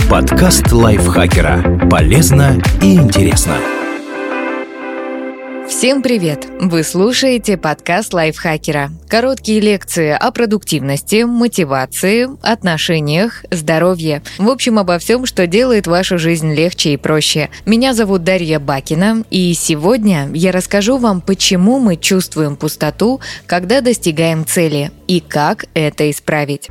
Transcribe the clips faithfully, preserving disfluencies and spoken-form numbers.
Подкаст лайфхакера. Полезно и интересно. Всем привет! Вы слушаете подкаст лайфхакера. Короткие лекции о продуктивности, мотивации, отношениях, здоровье. В общем, обо всем, что делает вашу жизнь легче и проще. Меня зовут Дарья Бакина, и сегодня я расскажу вам, почему мы чувствуем пустоту, когда достигаем цели, и как это исправить.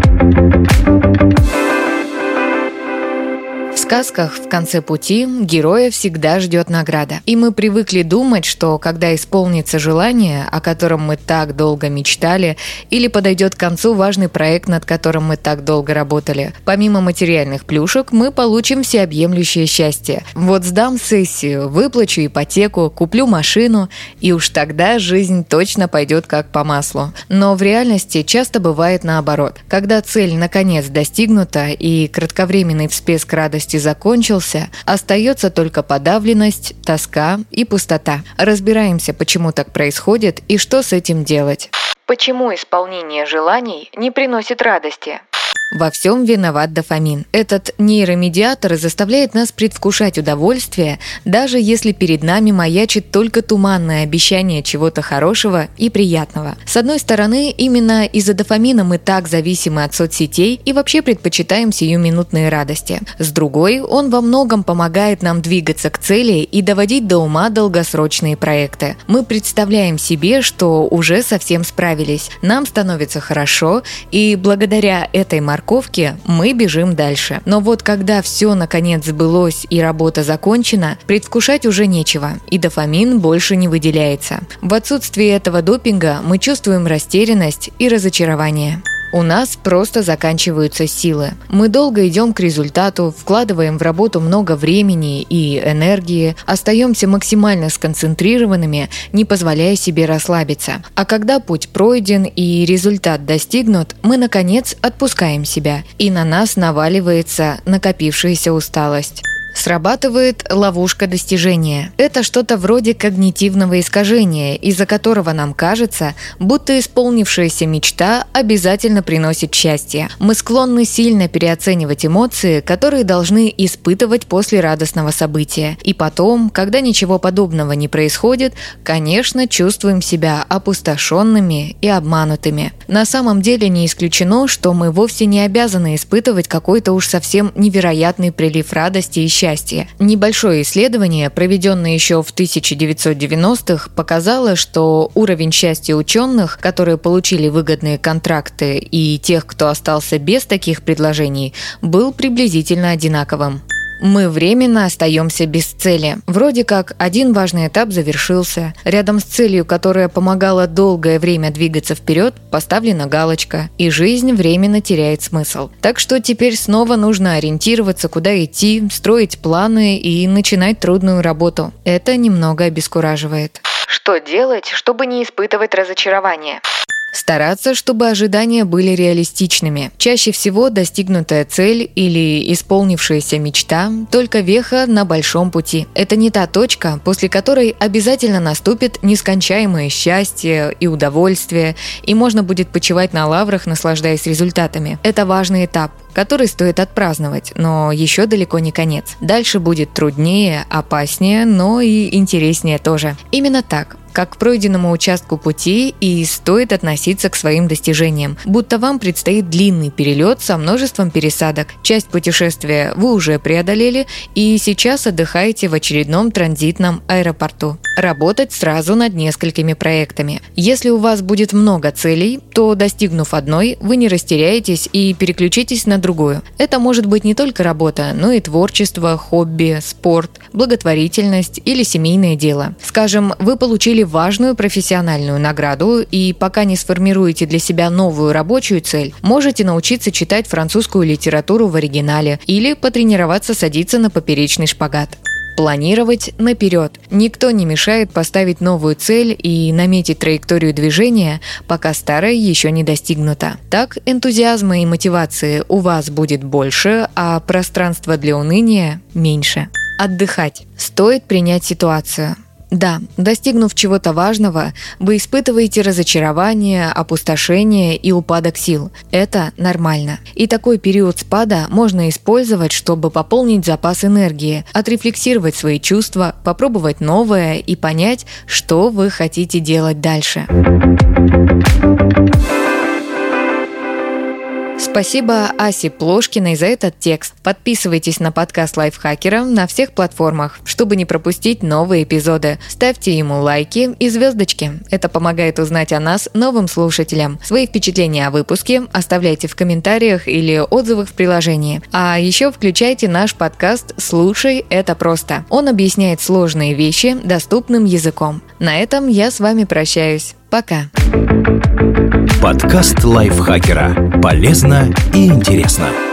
В сказках в конце пути героя всегда ждет награда. И мы привыкли думать, что когда исполнится желание, о котором мы так долго мечтали, или подойдет к концу важный проект, над которым мы так долго работали, помимо материальных плюшек, мы получим всеобъемлющее счастье. Вот сдам сессию, выплачу ипотеку, куплю машину, и уж тогда жизнь точно пойдет как по маслу. Но в реальности часто бывает наоборот. Когда цель наконец достигнута и кратковременный всплеск радости закончился, остается только подавленность, тоска и пустота. Разбираемся, почему так происходит и что с этим делать. Почему исполнение желаний не приносит радости? Во всем виноват дофамин. Этот нейромедиатор заставляет нас предвкушать удовольствие, даже если перед нами маячит только туманное обещание чего-то хорошего и приятного. С одной стороны, именно из-за дофамина мы так зависимы от соцсетей и вообще предпочитаем сиюминутные радости. С другой, он во многом помогает нам двигаться к цели и доводить до ума долгосрочные проекты. Мы представляем себе, что уже совсем справились, нам становится хорошо, и благодаря этой морковке мы бежим дальше. Но вот когда все наконец сбылось и работа закончена, предвкушать уже нечего, и дофамин больше не выделяется. В отсутствии этого допинга мы чувствуем растерянность и разочарование. У нас просто заканчиваются силы. Мы долго идем к результату, вкладываем в работу много времени и энергии, остаемся максимально сконцентрированными, не позволяя себе расслабиться. А когда путь пройден и результат достигнут, мы, наконец, отпускаем себя, и на нас наваливается накопившаяся усталость. Срабатывает ловушка достижения. Это что-то вроде когнитивного искажения, из-за которого нам кажется, будто исполнившаяся мечта обязательно приносит счастье. Мы склонны сильно переоценивать эмоции, которые должны испытывать после радостного события. И потом, когда ничего подобного не происходит, конечно, чувствуем себя опустошенными и обманутыми. На самом деле не исключено, что мы вовсе не обязаны испытывать какой-то уж совсем невероятный прилив радости и счастья. Счастье. Небольшое исследование, проведенное еще в тысяча девятьсот девяностых, показало, что уровень счастья ученых, которые получили выгодные контракты, и тех, кто остался без таких предложений, был приблизительно одинаковым. Мы временно остаемся без цели. Вроде как один важный этап завершился. Рядом с целью, которая помогала долгое время двигаться вперед, поставлена галочка, и жизнь временно теряет смысл. Так что теперь снова нужно ориентироваться, куда идти, строить планы и начинать трудную работу. Это немного обескураживает. Что делать, чтобы не испытывать разочарование? Стараться, чтобы ожидания были реалистичными. Чаще всего достигнутая цель или исполнившаяся мечта – только веха на большом пути. Это не та точка, после которой обязательно наступит нескончаемое счастье и удовольствие, и можно будет почивать на лаврах, наслаждаясь результатами. Это важный этап, который стоит отпраздновать, но еще далеко не конец. Дальше будет труднее, опаснее, но и интереснее тоже. Именно так, как к пройденному участку пути, и стоит относиться к своим достижениям, будто вам предстоит длинный перелет со множеством пересадок. Часть путешествия вы уже преодолели, и сейчас отдыхаете в очередном транзитном аэропорту. Работать сразу над несколькими проектами. Если у вас будет много целей, то, достигнув одной, вы не растеряетесь и переключитесь на другую. Это может быть не только работа, но и творчество, хобби, спорт, благотворительность или семейное дело. Скажем, вы получили важную профессиональную награду, и пока не сформируете для себя новую рабочую цель, можете научиться читать французскую литературу в оригинале или потренироваться садиться на поперечный шпагат. Планировать наперед. Никто не мешает поставить новую цель и наметить траекторию движения, пока старая еще не достигнута. Так энтузиазма и мотивации у вас будет больше, а пространства для уныния меньше. Отдыхать. Стоит принять ситуацию. Да, достигнув чего-то важного, вы испытываете разочарование, опустошение и упадок сил. Это нормально. И такой период спада можно использовать, чтобы пополнить запас энергии, отрефлексировать свои чувства, попробовать новое и понять, что вы хотите делать дальше. Спасибо Асе Плошкиной за этот текст. Подписывайтесь на подкаст Лайфхакера на всех платформах, чтобы не пропустить новые эпизоды. Ставьте ему лайки и звездочки. Это помогает узнать о нас новым слушателям. Свои впечатления о выпуске оставляйте в комментариях или отзывах в приложении. А еще включайте наш подкаст «Слушай, это просто». Он объясняет сложные вещи доступным языком. На этом я с вами прощаюсь. Пока. Подкаст Лайфхакера. Полезно и интересно.